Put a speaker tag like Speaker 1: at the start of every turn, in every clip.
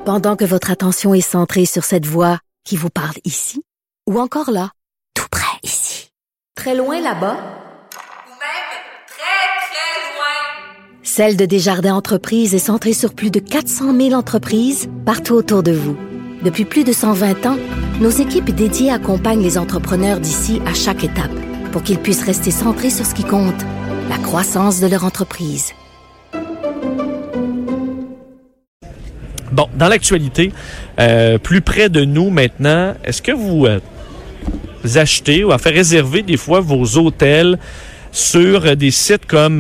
Speaker 1: Pendant que votre attention est centrée sur cette voix qui vous parle ici, ou encore là, tout près ici, très loin là-bas,
Speaker 2: ou même très, très loin.
Speaker 1: Celle de Desjardins Entreprises est centrée sur plus de 400 000 entreprises partout autour de vous. Depuis plus de 120 ans, nos équipes dédiées accompagnent les entrepreneurs d'ici à chaque étape pour qu'ils puissent rester centrés sur ce qui compte, la croissance de leur entreprise.
Speaker 3: Bon, dans l'actualité, plus près de nous maintenant, est-ce que vous achetez ou fait réserver des fois vos hôtels sur des sites comme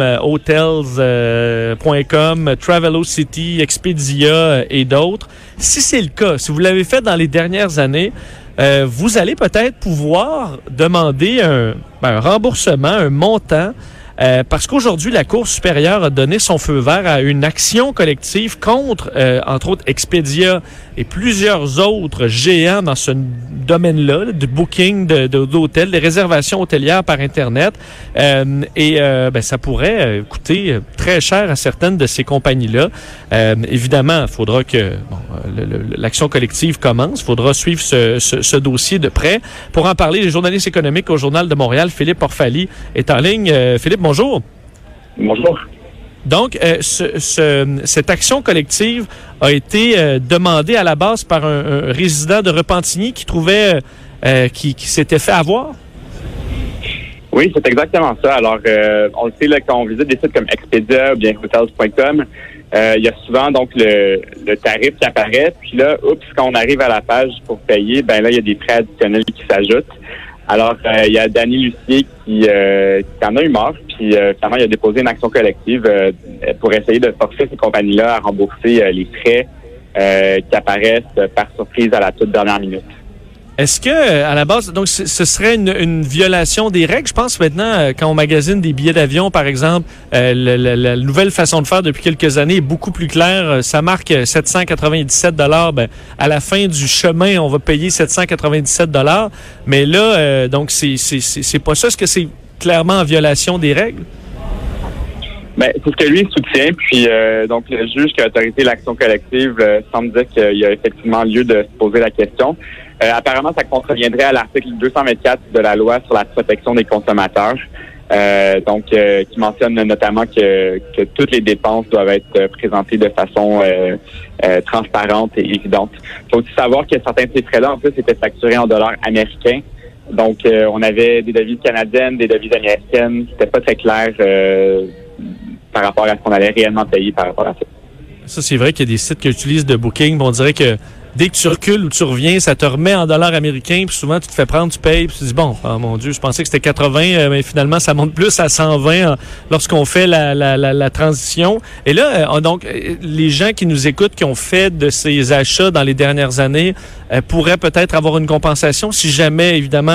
Speaker 3: hotels.com, Travelocity, Expedia et d'autres? Si c'est le cas, si vous l'avez fait dans les dernières années, vous allez peut-être pouvoir demander un remboursement, un montant, parce qu'aujourd'hui, la Cour supérieure a donné son feu vert à une action collective contre, entre autres, Expedia et plusieurs autres géants dans ce domaine-là, du booking d'hôtels, des réservations hôtelières par Internet. Ça pourrait coûter très cher à certaines de ces compagnies-là. Évidemment, il faudra que l'action collective commence. Il faudra suivre ce dossier de près. Pour en parler, les journalistes économiques au Journal de Montréal, Philippe Orfali, est en ligne. Philippe, bonjour.
Speaker 4: Bonjour.
Speaker 3: Donc, cette action collective a été demandée à la base par un résident de Repentigny qui trouvait qui s'était fait avoir?
Speaker 4: Oui, c'est exactement ça. Alors, on le sait, là, quand on visite des sites comme Expedia ou bien hotels.com, il y a souvent donc le tarif qui apparaît. Puis là, quand on arrive à la page pour payer, ben là, il y a des frais additionnels qui s'ajoutent. Alors, il y a Danny Lucier qui en a eu marre, puis finalement, il a déposé une action collective pour essayer de forcer ces compagnies-là à rembourser les frais qui apparaissent par surprise à la toute dernière minute.
Speaker 3: Est-ce que, à la base, donc ce serait une violation des règles? Je pense maintenant, quand on magasine des billets d'avion, par exemple, la nouvelle façon de faire depuis quelques années est beaucoup plus claire. Ça marque 797 $. Ben, à la fin du chemin, on va payer 797 $. Mais là, donc, c'est pas ça. Est-ce que c'est clairement en violation des règles?
Speaker 4: Ben, c'est ce que lui soutient. Puis, donc, le juge qui a autorisé l'action collective semble dire qu'il y a effectivement lieu de se poser la question. Apparemment, ça contreviendrait à l'article 224 de la loi sur la protection des consommateurs, qui mentionne notamment que toutes les dépenses doivent être présentées de façon transparente et évidente. Il faut aussi savoir que certains de ces frais-là, en plus, étaient facturés en dollars américains. Donc, on avait des devises canadiennes, des devises américaines. C'était pas très clair par rapport à ce qu'on allait réellement payer par rapport à ça.
Speaker 3: Ça, c'est vrai qu'il y a des sites qui utilisent de booking. On dirait que dès que tu recules ou tu reviens, ça te remet en dollars américains, puis souvent, tu te fais prendre, tu payes, puis tu te dis, bon, oh mon Dieu, je pensais que c'était 80, mais finalement, ça monte plus à 120 lorsqu'on fait la transition. Et là, donc, les gens qui nous écoutent, qui ont fait de ces achats dans les dernières années, pourraient peut-être avoir une compensation si jamais, évidemment,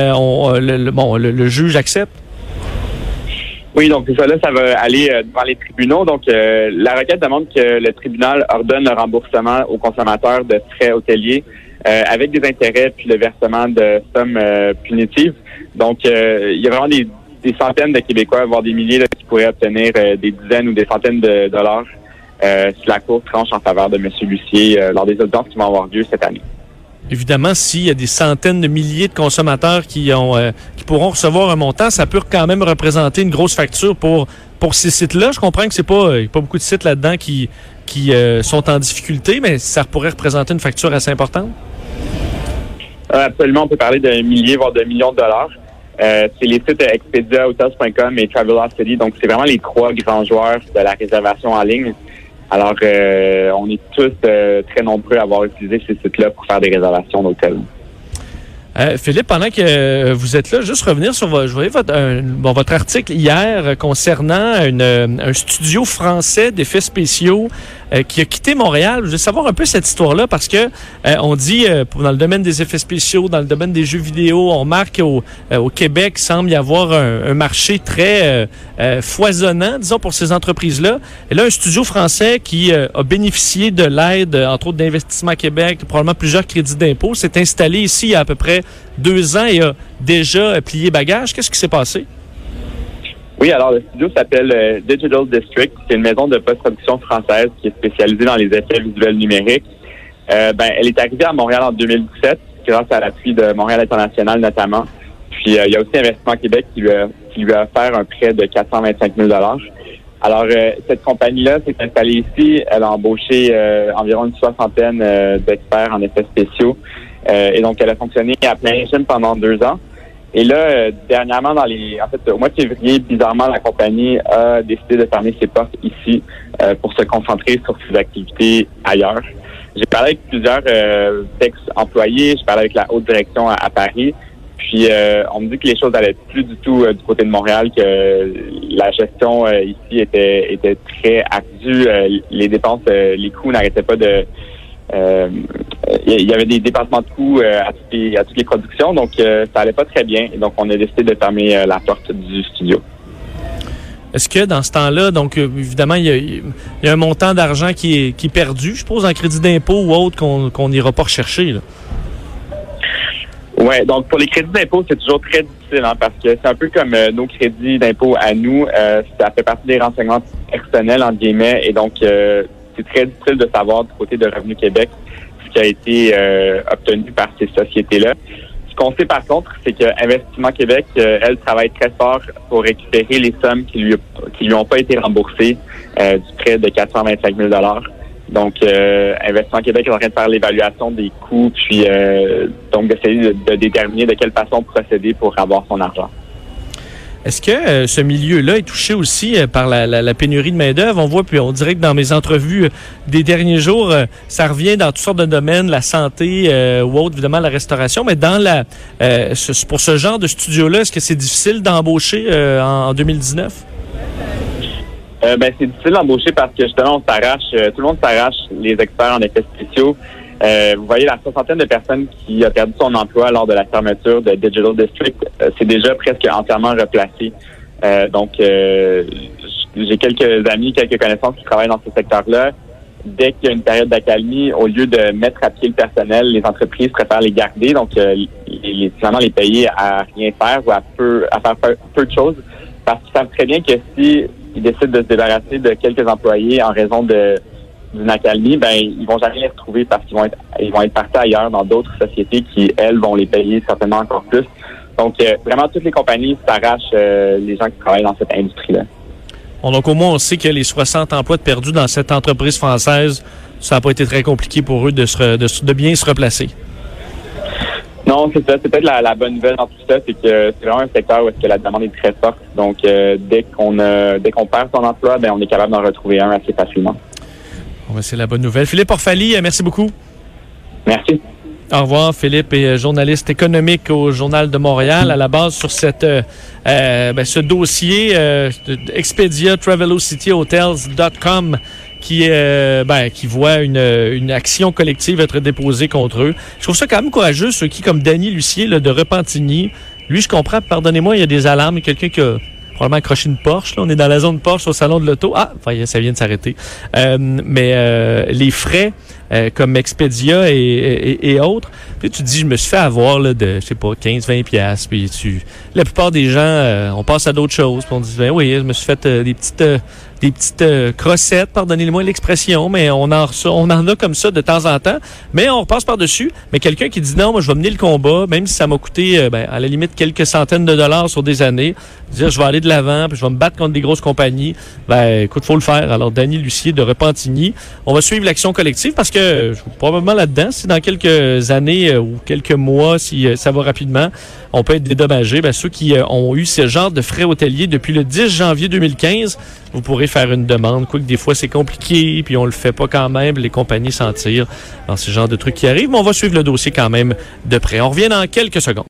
Speaker 3: le juge accepte.
Speaker 4: Oui, donc ça, ça va aller devant les tribunaux. Donc, la requête demande que le tribunal ordonne le remboursement aux consommateurs de frais hôteliers avec des intérêts puis le versement de sommes punitives. Donc, il y a vraiment des centaines de Québécois, voire des milliers, là, qui pourraient obtenir des dizaines ou des centaines de dollars si la Cour tranche en faveur de M. Lucier lors des audiences qui vont avoir lieu cette année.
Speaker 3: Évidemment, s'il y a des centaines de milliers de consommateurs qui pourront recevoir un montant, ça peut quand même représenter une grosse facture pour ces sites-là. Je comprends que c'est pas beaucoup de sites là-dedans qui sont en difficulté, mais ça pourrait représenter une facture assez importante.
Speaker 4: Absolument, on peut parler de milliers, voire de millions de dollars. C'est les sites Expedia, hotels.com et Travelocity. Donc, c'est vraiment les trois grands joueurs de la réservation en ligne. Alors, on est tous très nombreux à avoir utilisé ces sites-là pour faire des réservations d'hôtels.
Speaker 3: Philippe, pendant que vous êtes là, juste revenir sur votre article hier concernant un studio français d'effets spéciaux qui a quitté Montréal. Je veux savoir un peu cette histoire-là parce que on dit dans le domaine des effets spéciaux, dans le domaine des jeux vidéo, on remarque au Québec, il semble y avoir un marché très foisonnant, disons, pour ces entreprises-là. Et là, un studio français qui a bénéficié de l'aide, entre autres d'Investissement Québec, probablement plusieurs crédits d'impôt, s'est installé ici il y a à peu près 2 ans et a déjà plié bagage. Qu'est-ce qui s'est passé?
Speaker 4: Oui, alors le studio s'appelle Digital District. C'est une maison de post-production française qui est spécialisée dans les effets visuels numériques. Elle est arrivée à Montréal en 2017, grâce à l'appui de Montréal International notamment. Puis, il y a aussi Investissement Québec qui lui a offert un prêt de 425 000 $. Alors, cette compagnie-là s'est installée ici. Elle a embauché environ une soixantaine d'experts en effets spéciaux. Et donc, elle a fonctionné à plein régime pendant 2 ans. Et là, dernièrement, au mois de février, bizarrement, la compagnie a décidé de fermer ses portes ici pour se concentrer sur ses activités ailleurs. J'ai parlé avec plusieurs ex-employés, j'ai parlé avec la haute direction à Paris. Puis, on me dit que les choses allaient plus du tout du côté de Montréal, que la gestion ici était très ardue. Les dépenses, les coûts n'arrêtaient pas de... il y avait des dépassements de coûts à toutes les productions, donc ça allait pas très bien. Et donc, on a décidé de fermer la porte du studio.
Speaker 3: Est-ce que dans ce temps-là, donc évidemment, il y a un montant d'argent qui est perdu, je suppose, en crédit d'impôt ou autre qu'on n'ira pas rechercher, là?
Speaker 4: Ouais, donc pour les crédits d'impôt, c'est toujours très difficile, parce que c'est un peu comme nos crédits d'impôt à nous. Ça fait partie des renseignements personnels, entre guillemets, et donc c'est très difficile de savoir du côté de Revenu Québec ce qui a été obtenu par ces sociétés-là. Ce qu'on sait par contre, c'est que Investissement Québec, elle travaille très fort pour récupérer les sommes qui lui ont pas été remboursées du prêt de 425 000 $. Donc, Investissement Québec est en train de faire l'évaluation des coûts, puis donc d'essayer de déterminer de quelle façon procéder pour avoir son argent.
Speaker 3: Est-ce que ce milieu-là est touché aussi par la pénurie de main-d'œuvre? On voit, puis on dirait que dans mes entrevues des derniers jours, ça revient dans toutes sortes de domaines, la santé ou autre, évidemment la restauration, mais dans pour ce genre de studio-là, est-ce que c'est difficile d'embaucher en 2019?
Speaker 4: C'est difficile d'embaucher parce que justement, tout le monde s'arrache les experts en effets spéciaux. Vous voyez la soixantaine de personnes qui a perdu son emploi lors de la fermeture de Digital District, c'est déjà presque entièrement replacé. Donc, j'ai quelques amis, quelques connaissances qui travaillent dans ce secteur-là. Dès qu'il y a une période d'accalmie, au lieu de mettre à pied le personnel, les entreprises préfèrent les garder, donc finalement les payer à rien faire ou à faire peu de choses, parce qu'ils savent très bien que si ils décident de se débarrasser de quelques employés en raison d'une accalmie, ils vont jamais les retrouver parce qu'ils vont être partis ailleurs dans d'autres sociétés qui, elles, vont les payer certainement encore plus. Donc, vraiment, toutes les compagnies s'arrachent les gens qui travaillent dans cette industrie-là.
Speaker 3: Bon, donc, au moins, on sait que les 60 emplois perdus dans cette entreprise française, ça n'a pas été très compliqué pour eux de bien se replacer.
Speaker 4: Non, c'est ça. C'est peut-être la bonne nouvelle dans tout ça, c'est que c'est vraiment un secteur où est-ce que la demande est très forte. Donc, dès qu'on perd son emploi, on est capable d'en retrouver un assez facilement.
Speaker 3: Bon, c'est la bonne nouvelle. Philippe Orfali, merci beaucoup.
Speaker 4: Merci.
Speaker 3: Au revoir. Philippe est journaliste économique au Journal de Montréal. À la base, sur ce dossier Expedia TravelocityHotels.com qui voit une action collective être déposée contre eux. Je trouve ça quand même courageux, ceux qui, comme Danny Lucier là, de Repentigny, lui, je comprends, pardonnez-moi, il y a des alarmes, il y a quelqu'un qui a probablement accroché une Porsche. Là. On est dans la zone Porsche au salon de l'auto. Ah, ça vient de s'arrêter. Mais les frais comme Expedia et autres, puis tu te dis, je me suis fait avoir là, de, je sais pas, 15-20 piastres. Puis la plupart des gens, on passe à d'autres choses. Puis on dit, oui, je me suis fait des petites crossettes, pardonnez-moi l'expression, mais on en a comme ça de temps en temps, mais on repasse par-dessus. Mais quelqu'un qui dit non, moi je vais mener le combat, même si ça m'a coûté à la limite quelques centaines de dollars sur des années, dire je vais aller de l'avant, puis je vais me battre contre des grosses compagnies, écoute, faut le faire. Alors Danny Lucier de Repentigny, on va suivre l'action collective parce que je suis probablement là-dedans, si dans quelques années ou quelques mois, si ça va rapidement, on peut être dédommagé. Ceux qui ont eu ce genre de frais hôteliers depuis le 10 janvier 2015, vous pourrez faire une demande. Quoique des fois, c'est compliqué, puis on le fait pas quand même. Les compagnies s'en tirent dans ce genre de trucs qui arrivent. Mais on va suivre le dossier quand même de près. On revient dans quelques secondes.